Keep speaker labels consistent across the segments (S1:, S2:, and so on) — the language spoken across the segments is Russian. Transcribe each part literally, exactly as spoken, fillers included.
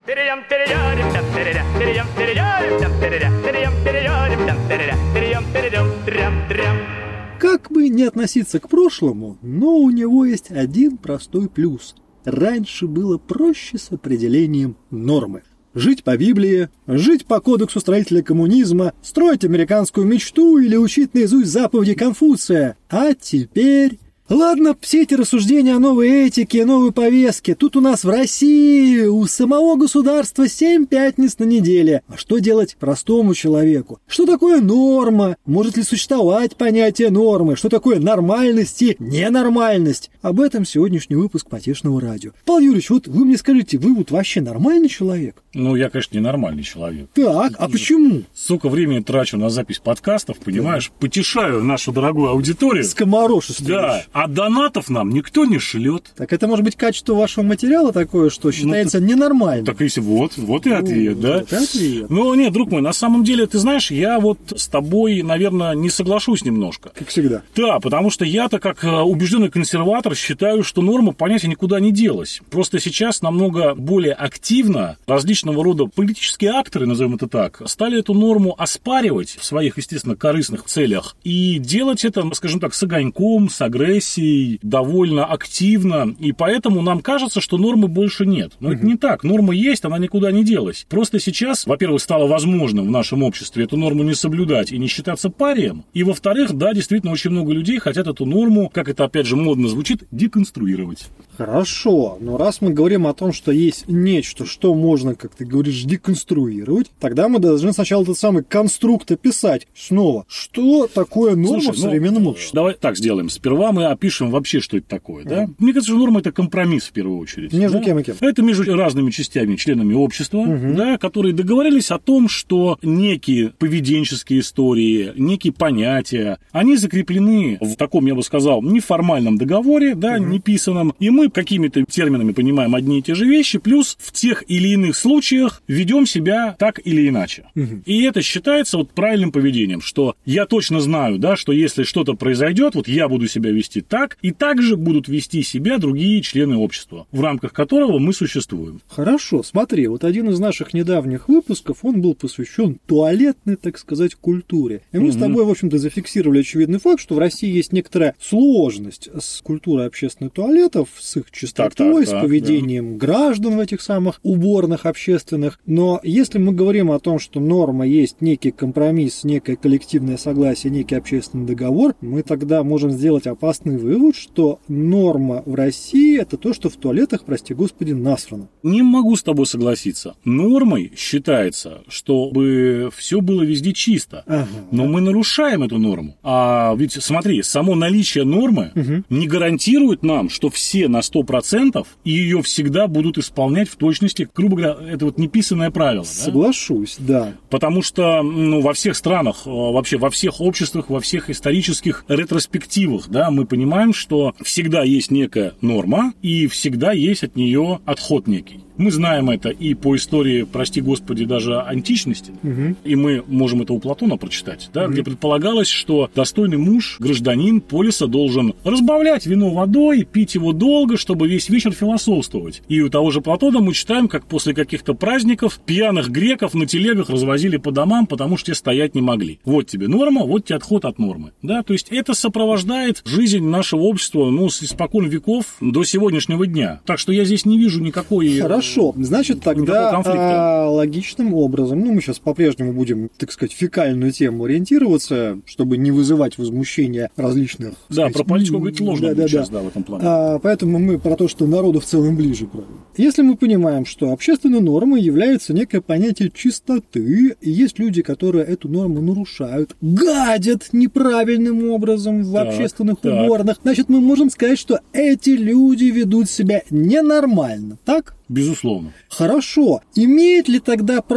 S1: Как бы не относиться к прошлому, но у него есть один простой плюс. Раньше было проще с определением нормы. Жить по Библии, жить по кодексу строителя коммунизма, строить американскую мечту или учить наизусть заповеди Конфуция. А теперь... Ладно, все эти рассуждения о новой этике, новой повестке. Тут у нас в России у самого государства семь пятниц на неделе. А что делать простому человеку? Что такое норма? Может ли существовать понятие нормы? Что такое нормальность и ненормальность? Об этом сегодняшний выпуск Потешного радио. Павел Юрьевич, вот вы мне скажите, вы вот вообще нормальный человек?
S2: Ну, я, конечно, не нормальный человек.
S1: Так, а почему?
S2: Столько времени трачу на запись подкастов, понимаешь? Да. Потешаю нашу дорогую аудиторию.
S1: Скоморошествуешь.
S2: Да. А донатов нам никто не шлет.
S1: Так это может быть качество вашего материала такое, что считается ну, ненормальным.
S2: Так если вот, вот и ответ, ну, да?
S1: Вот ответ.
S2: Ну, нет, друг мой, на самом деле, ты знаешь, я вот с тобой, наверное, не соглашусь немножко.
S1: Как всегда.
S2: Да, потому что я-то, как убежденный консерватор, считаю, что норма понятия никуда не делась. Просто сейчас намного более активно различного рода политические акторы, назовем это так, стали эту норму оспаривать в своих, естественно, корыстных целях и делать это, скажем так, с огоньком, с агрессией, довольно активно, и поэтому нам кажется, что нормы больше нет. Но угу. это не так. Норма есть, она никуда не делась. Просто сейчас, во-первых, стало возможным в нашем обществе эту норму не соблюдать и не считаться парием. И, во-вторых, да, действительно, очень много людей хотят эту норму, как это, опять же, модно звучит, деконструировать.
S1: Хорошо, но раз мы говорим о том, что есть нечто, что можно, как ты говоришь, деконструировать, тогда мы должны сначала этот самый конструкт описать снова. Что такое норма Слушай, в современном ну, обществе?
S2: Давай так сделаем. Сперва мы опишем вообще, что это такое, да? Mm. Мне кажется, что норма – это компромисс в первую очередь.
S1: Между
S2: да?
S1: кем и кем?
S2: Это между разными частями, членами общества, mm-hmm. да, которые договорились о том, что некие поведенческие истории, некие понятия, они закреплены в таком, я бы сказал, неформальном договоре, да, mm-hmm. неписанном, и мы какими-то терминами понимаем одни и те же вещи, плюс в тех или иных случаях ведем себя так или иначе. Mm-hmm. И это считается вот правильным поведением, что я точно знаю, да, что если что-то произойдет, вот я буду себя вести так, и также будут вести себя другие члены общества, в рамках которого мы существуем.
S1: Хорошо, смотри, вот один из наших недавних выпусков, он был посвящен туалетной, так сказать, культуре. И мы угу. с тобой, в общем-то, зафиксировали очевидный факт, что в России есть некоторая сложность с культурой общественных туалетов, с их чистотой, так, так, с поведением да. граждан в этих самых уборных общественных. Но если мы говорим о том, что норма есть некий компромисс, некое коллективное согласие, некий общественный договор, мы тогда можем сделать опасный вывод, что норма в России – это то, что в туалетах, прости господи, насрано.
S2: Не могу с тобой согласиться. Нормой считается, чтобы все было везде чисто. Ага. Но мы нарушаем эту норму. А ведь смотри, само наличие нормы угу. не гарантирует нам, что все на сто процентов ее всегда будут исполнять в точности, грубо говоря, это вот неписанное правило.
S1: Соглашусь, да.
S2: да. Потому что ну, во всех странах, вообще во всех обществах, во всех исторических ретроспективах, да, мы понимаем, что всегда есть некая норма и всегда есть от нее отход некий. Мы знаем это и по истории, прости господи, даже античности, угу. и мы можем это у Платона прочитать, да, угу. где предполагалось, что достойный муж, гражданин полиса должен разбавлять вино водой, пить его долго, чтобы весь вечер философствовать. И у того же Платона мы читаем, как после каких-то праздников пьяных греков на телегах развозили по домам, потому что те стоять не могли. Вот тебе норма, вот тебе отход от нормы. Да? То есть это сопровождает жизнь нашего общества ну, с испокон веков до сегодняшнего дня. Так что я здесь не вижу никакой...
S1: Хорошо, значит, тогда а, логичным образом, ну, мы сейчас по-прежнему будем, так сказать, фекальную тему ориентироваться, чтобы не вызывать возмущения различных...
S2: Да,
S1: сказать,
S2: про политику говорить сложно
S1: да, да,
S2: сейчас,
S1: да.
S2: да, в этом плане.
S1: А, поэтому мы про то, что народу в целом ближе, правильно. Если мы понимаем, что общественной нормой является некое понятие чистоты, и есть люди, которые эту норму нарушают, гадят неправильным образом в так, общественных так. уборных, значит, мы можем сказать, что эти люди ведут себя ненормально, так?
S2: Безусловно.
S1: Хорошо. Имеет ли тогда право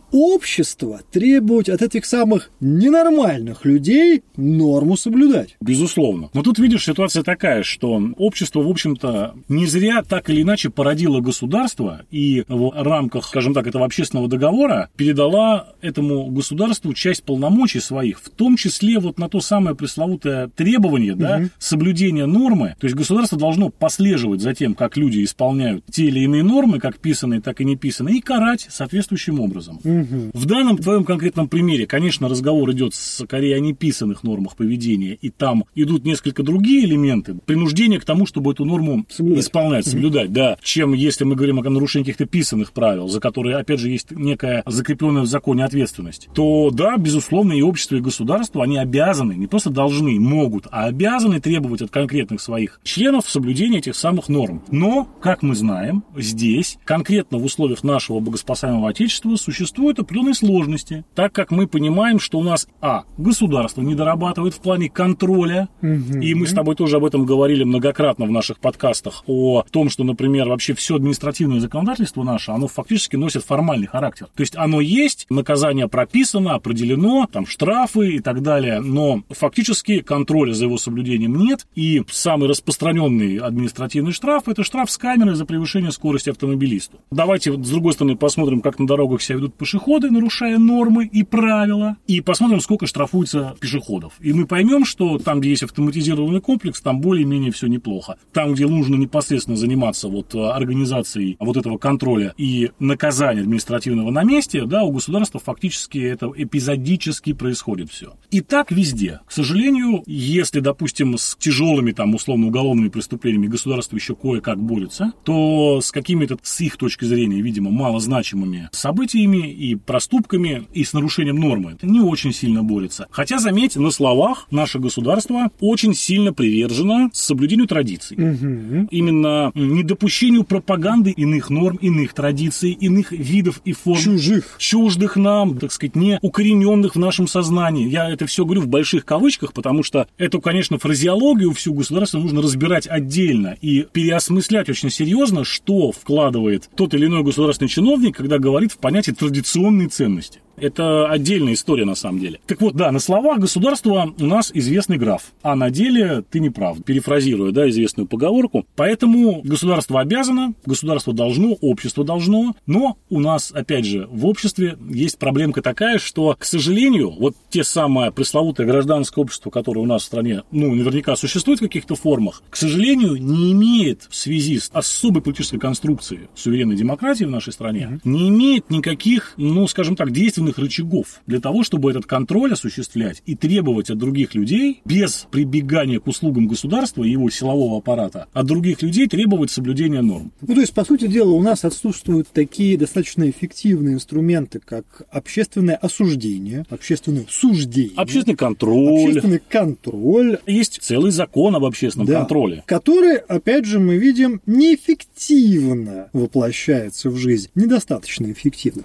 S1: общество требовать от этих самых ненормальных людей норму соблюдать.
S2: Безусловно. Но тут, видишь, ситуация такая, что общество, в общем-то, не зря так или иначе породило государство и в рамках, скажем так, этого общественного договора передала этому государству часть полномочий своих, в том числе вот на то самое пресловутое требование, угу. да, соблюдения нормы. То есть государство должно послеживать за тем, как люди исполняют те или иные нормы, как писанные, так и не писанные, и карать соответствующим образом. Угу. В данном твоем конкретном примере, конечно, разговор идет скорее о неписанных нормах поведения, и там идут несколько другие элементы, принуждение к тому, чтобы эту норму соблюдать. исполнять, соблюдать, угу. да, чем если мы говорим о нарушении каких-то писанных правил, за которые, опять же, есть некая закрепленная в законе ответственность, то, да, безусловно, и общество, и государство, они обязаны, не просто должны, могут, а обязаны требовать от конкретных своих членов соблюдения этих самых норм. Но, как мы знаем, здесь, конкретно в условиях нашего богоспасаемого Отечества, существуют определенные сложности, так как мы понимаем, что у нас, а, государство не дорабатывает в плане контроля, угу. и мы с тобой тоже об этом говорили многократно в наших подкастах, о том, что, например, вообще все административное законодательство наше, оно фактически носит формальный характер. То есть оно есть, наказание прописано, определено, там штрафы и так далее, но фактически контроля за его соблюдением нет, и самый распространенный административный штраф – это штраф с камерой за превышение скорости автомобилисту. Давайте вот с другой стороны посмотрим, как на дорогах себя ведут пешеходы, нарушая нормы и правила, и посмотрим, сколько штрафуется пешеходов. И мы поймем, что там, где есть автоматизированный комплекс, там более-менее все неплохо. Там, где нужно непосредственно заниматься вот организацией вот этого контроля и наказания административного на месте, да, у государства фактически это эпизодически происходит все. И так везде. К сожалению, если, допустим, с тяжелыми там условно-уголовными преступлениями государство еще кое-как борется, то с какими-то, с их точки зрения, видимо, малозначимыми событиями и проступками, и с нарушением нормы не очень сильно борется. Хотя, заметь, на словах наше государство очень сильно привержено соблюдению традиций. Угу. Именно недопущению пропаганды иных норм, иных традиций, иных видов и форм.
S1: Чужих.
S2: Чуждых нам, так сказать, не укорененных в нашем сознании. Я это все говорю в больших кавычках, потому что эту, конечно, фразеологию всю государства нужно разбирать отдельно и переосмыслять очень серьезно, что вкладывает тот или иной государственный чиновник, когда говорит в понятие традиционные ценности. Это отдельная история на самом деле. Так вот, да, на словах государство у нас известный граф, а на деле ты не прав, перефразируя, да, известную поговорку. Поэтому государство обязано, государство должно, общество должно, но у нас, опять же, в обществе есть проблемка такая, что, к сожалению, вот те самое пресловутое гражданское общество, которое у нас в стране, ну, наверняка существует в каких-то формах, к сожалению, не имеет в связи с особой политической конструкцией суверенной демократии в нашей стране, не имеет никаких, ну, скажем так, действий рычагов для того, чтобы этот контроль осуществлять и требовать от других людей, без прибегания к услугам государства и его силового аппарата, от других людей требовать соблюдения норм.
S1: Ну, то есть, по сути дела, у нас отсутствуют такие достаточно эффективные инструменты, как общественное осуждение, общественное суждение,
S2: общественный контроль.
S1: Общественный контроль.
S2: Есть целый закон об общественном да, контроле.
S1: Который, опять же, мы видим, неэффективно воплощается в жизнь. Недостаточно эффективно.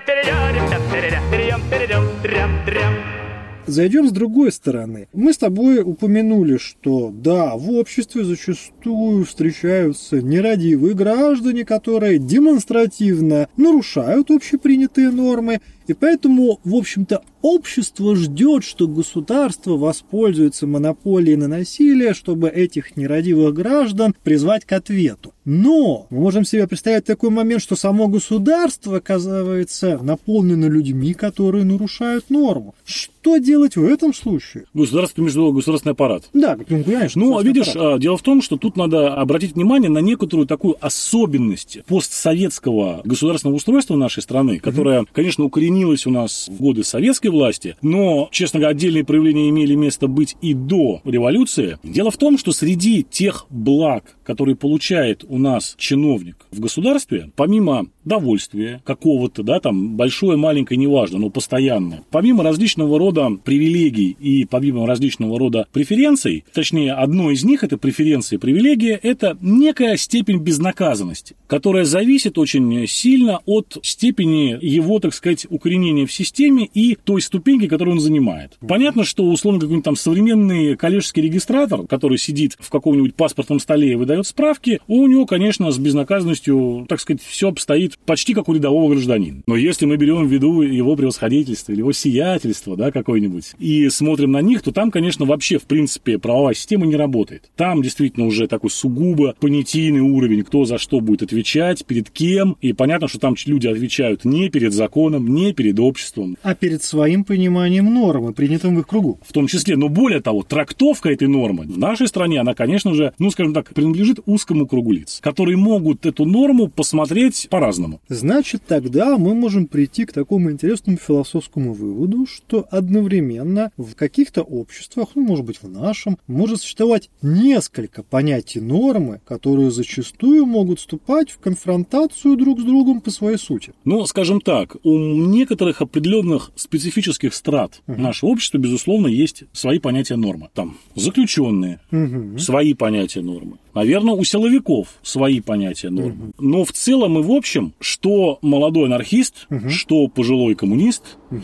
S1: Зайдем с другой стороны. Мы с тобой упомянули, что да, в обществе зачастую встречаются нерадивые граждане, которые демонстративно нарушают общепринятые нормы, и поэтому, в общем-то, общество ждет, что государство воспользуется монополией на насилие, чтобы этих нерадивых граждан призвать к ответу. Но мы можем себе представить такой момент, что само государство оказывается наполнено людьми, которые нарушают норму. Что делать в этом случае?
S2: Государство, между государственный аппарат.
S1: Да, конечно.
S2: Ну, видишь, аппарат. Дело в том, что тут надо обратить внимание на некоторую такую особенность постсоветского государственного устройства нашей страны, которая, угу. конечно, укоренилась у нас в годы советской власти, но, честно говоря, отдельные проявления имели место быть и до революции. Дело в том, что среди тех благ, которые получает у нас чиновник в государстве, помимо довольствия какого-то, да, там, большое, маленькое, неважно, но постоянное, помимо различного рода привилегий и помимо различного рода преференций, точнее, одной из них, это преференция и привилегия, это некая степень безнаказанности, которая зависит очень сильно от степени его, так сказать, укоренения в системе и той ступеньки, которую он занимает. Понятно, что, условно, какой-нибудь там современный коллежский регистратор, который сидит в каком-нибудь паспортном столе и выдает подает справки, у него, конечно, с безнаказанностью, так сказать, все обстоит почти как у рядового гражданина. Но если мы берем в виду его превосходительство или его сиятельство, да, какое-нибудь, и смотрим на них, то там, конечно, вообще, в принципе, правовая система не работает. Там действительно уже такой сугубо понятийный уровень, кто за что будет отвечать, перед кем, и понятно, что там люди отвечают не перед законом, не перед обществом.
S1: А перед своим пониманием нормы, принятым в их кругу.
S2: В том числе, но более того, трактовка этой нормы в нашей стране, она, конечно же, ну, скажем так, принадлежит узкому кругу лиц, которые могут эту норму посмотреть по-разному.
S1: Значит, тогда мы можем прийти к такому интересному философскому выводу, что одновременно в каких-то обществах, ну, может быть, в нашем, может существовать несколько понятий нормы, которые зачастую могут вступать в конфронтацию друг с другом по своей сути.
S2: Ну, скажем так, у некоторых определенных специфических страт угу. нашего общества, безусловно, есть свои понятия нормы. Там заключенные, угу. свои понятия нормы. Наверное, у силовиков свои понятия нормы. Угу. Но в целом и в общем, что молодой анархист, угу. что пожилой коммунист, угу.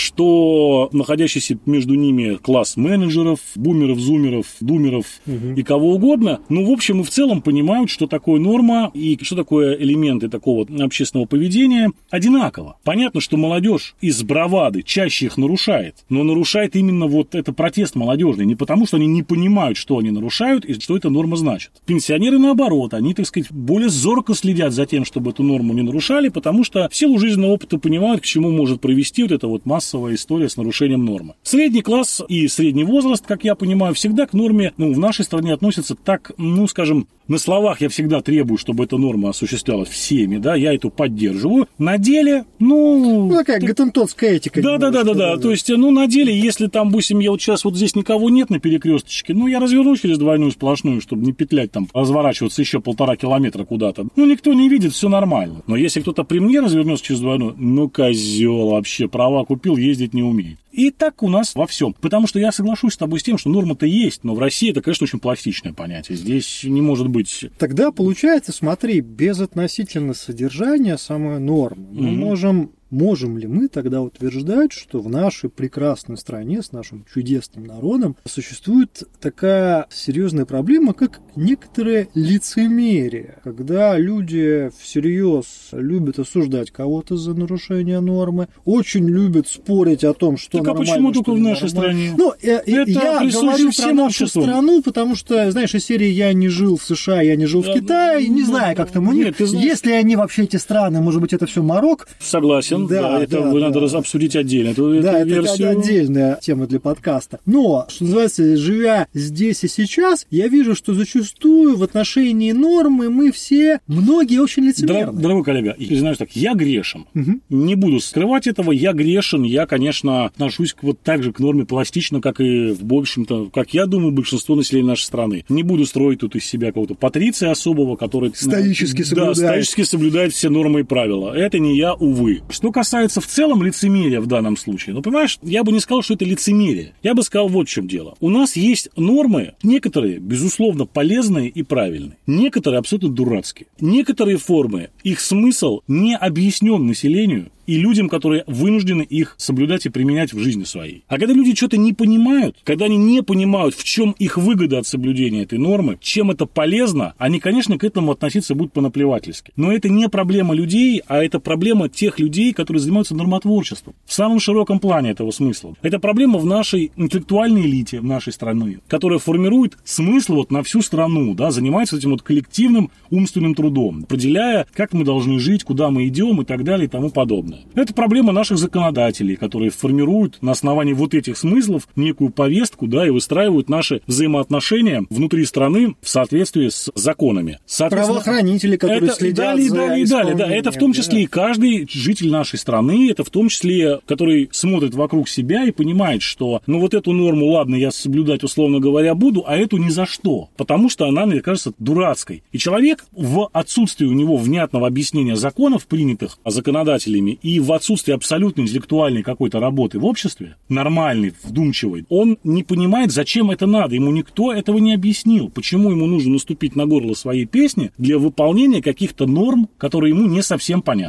S2: что находящийся между ними класс менеджеров, бумеров, зумеров, думеров угу. и кого угодно, ну, в общем и в целом понимают, что такое норма и что такое элементы такого общественного поведения одинаково. Понятно, что молодежь из бравады чаще их нарушает, но нарушает именно вот это протест молодежный, не потому, что они не понимают, что они нарушают и что эта норма значит. Пенсионеры, наоборот, они, так сказать, более зорко следят за тем, чтобы эту норму не нарушали, потому что в силу жизненного опыта понимают, к чему может привести вот эта вот массовая история с нарушением нормы. Средний класс и средний возраст, как я понимаю, всегда к норме, ну, в нашей стране относятся так, ну, скажем, на словах я всегда требую, чтобы эта норма осуществлялась всеми, да, я эту поддерживаю. На деле, ну...
S1: Ну, такая ты... готентотская этика.
S2: Да-да-да-да-да, то есть, ну, на деле, если там, допустим, я вот сейчас вот здесь никого нет на перекресточке, ну, я развернусь через двойную сплошную, чтобы не петлять там, разворачиваться еще полтора километра куда-то. Ну, никто не видит, все нормально. Но если кто-то при мне развернется через двойную, ну, козел вообще, права купил, ездить не умеет. И так у нас во всем. Потому что я соглашусь с тобой с тем, что норма-то есть, но в России это, конечно, очень пластичное понятие. Здесь не может быть...
S1: Тогда получается, смотри, безотносительно содержания самой нормы, mm-hmm. мы можем... Можем ли мы тогда утверждать, что в нашей прекрасной стране с нашим чудесным народом существует такая серьезная проблема, как некоторое лицемерие, когда люди всерьез любят осуждать кого-то за нарушение нормы, очень любят спорить о том, что
S2: так
S1: нормально,
S2: а почему только в нашей
S1: нормально.
S2: стране?
S1: Ну, я, я говорю про нашу обществам. страну, потому что, знаешь, из серии «Я не жил в США, я не жил да, в Китае», ну, не знаю, как там у них. Нет, если они вообще эти страны, может быть, это все Марокко.
S2: Согласен. Да, да, это да, надо да. обсудить отдельно. Эту,
S1: да,
S2: эту
S1: это
S2: версию...
S1: отдельная тема для подкаста. Но, что называется, живя здесь и сейчас, я вижу, что зачастую в отношении нормы мы все, многие очень лицемерны.
S2: Дорог, дорогой коллега, ты знаешь так, я грешен. Угу. Не буду скрывать этого, я грешен. Я, конечно, отношусь к, вот так же к норме пластично, как и, в общем-то, как я думаю, большинство населения нашей страны. Не буду строить тут из себя какого-то патриция особого, который...
S1: Стоически соблюдает.
S2: Да, стоически соблюдает все нормы и правила. Это не я, увы. Что касается в целом лицемерия в данном случае. Но, понимаешь, я бы не сказал, что это лицемерие. Я бы сказал, вот в чем дело. У нас есть нормы, некоторые, безусловно, полезные и правильные. Некоторые абсолютно дурацкие. Некоторые формы, их смысл не объяснен населению и людям, которые вынуждены их соблюдать и применять в жизни своей. А когда люди что-то не понимают, когда они не понимают, в чем их выгода от соблюдения этой нормы, чем это полезно, они, конечно, к этому относиться будут по-наплевательски. Но это не проблема людей, а это проблема тех людей, которые занимаются нормотворчеством. В самом широком плане этого смысла. Это проблема в нашей интеллектуальной элите, в нашей стране, которая формирует смысл вот на всю страну, да, занимается этим вот коллективным умственным трудом, определяя, как мы должны жить, куда мы идем и так далее и тому подобное. Это проблема наших законодателей, которые формируют на основании вот этих смыслов некую повестку, да, и выстраивают наши взаимоотношения внутри страны в соответствии с законами.
S1: Правоохранители, которые
S2: это
S1: следят
S2: далее,
S1: за
S2: далее, далее, да, это в том числе да. и каждый житель нашей страны, это в том числе, который смотрит вокруг себя и понимает, что, ну, вот эту норму, ладно, я соблюдать, условно говоря, буду, а эту ни за что, потому что она, мне кажется, дурацкой. И человек в отсутствии у него внятного объяснения законов, принятых законодателями, и в отсутствии абсолютно интеллектуальной какой-то работы в обществе, нормальной, вдумчивой, он не понимает, зачем это надо. Ему никто этого не объяснил. Почему ему нужно наступить на горло своей песни для выполнения каких-то норм, которые ему не совсем понятны.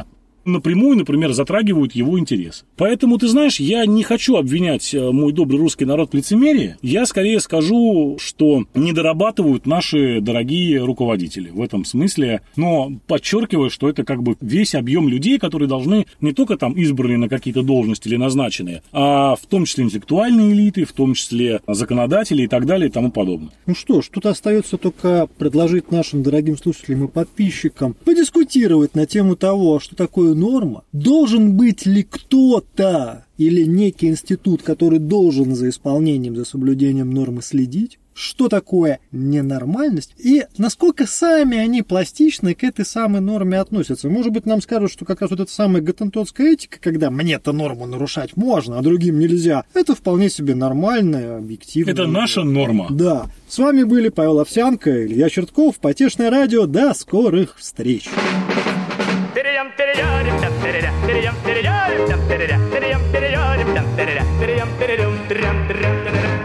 S2: напрямую, например, затрагивают его интересы. Поэтому, ты знаешь, я не хочу обвинять мой добрый русский народ в лицемерии. Я скорее скажу, что не дорабатывают наши дорогие руководители в этом смысле, но подчеркиваю, что это как бы весь объем людей, которые должны не только там избранные на какие-то должности или назначенные, а в том числе интеллектуальные элиты, в том числе законодатели и так далее и тому подобное.
S1: Ну что ж, тут остается только предложить нашим дорогим слушателям и подписчикам подискутировать на тему того, что такое норма, должен быть ли кто-то или некий институт, который должен за исполнением, за соблюдением нормы следить, что такое ненормальность и насколько сами они пластично к этой самой норме относятся. Может быть, нам скажут, что как раз вот эта самая готтентотская этика, когда мне-то норму нарушать можно, а другим нельзя, это вполне себе нормальная, объективная.
S2: Это наша норма.
S1: Да. С вами были Павел Овсянко, Илья Чертков, Потешное радио. До скорых встреч.
S3: Перейдем, перейдем, перейдем, перейдем, перейдем, перейдем, перейдем, перейдем, перейдем, перейдем, перейдем, перейдем, перейдем.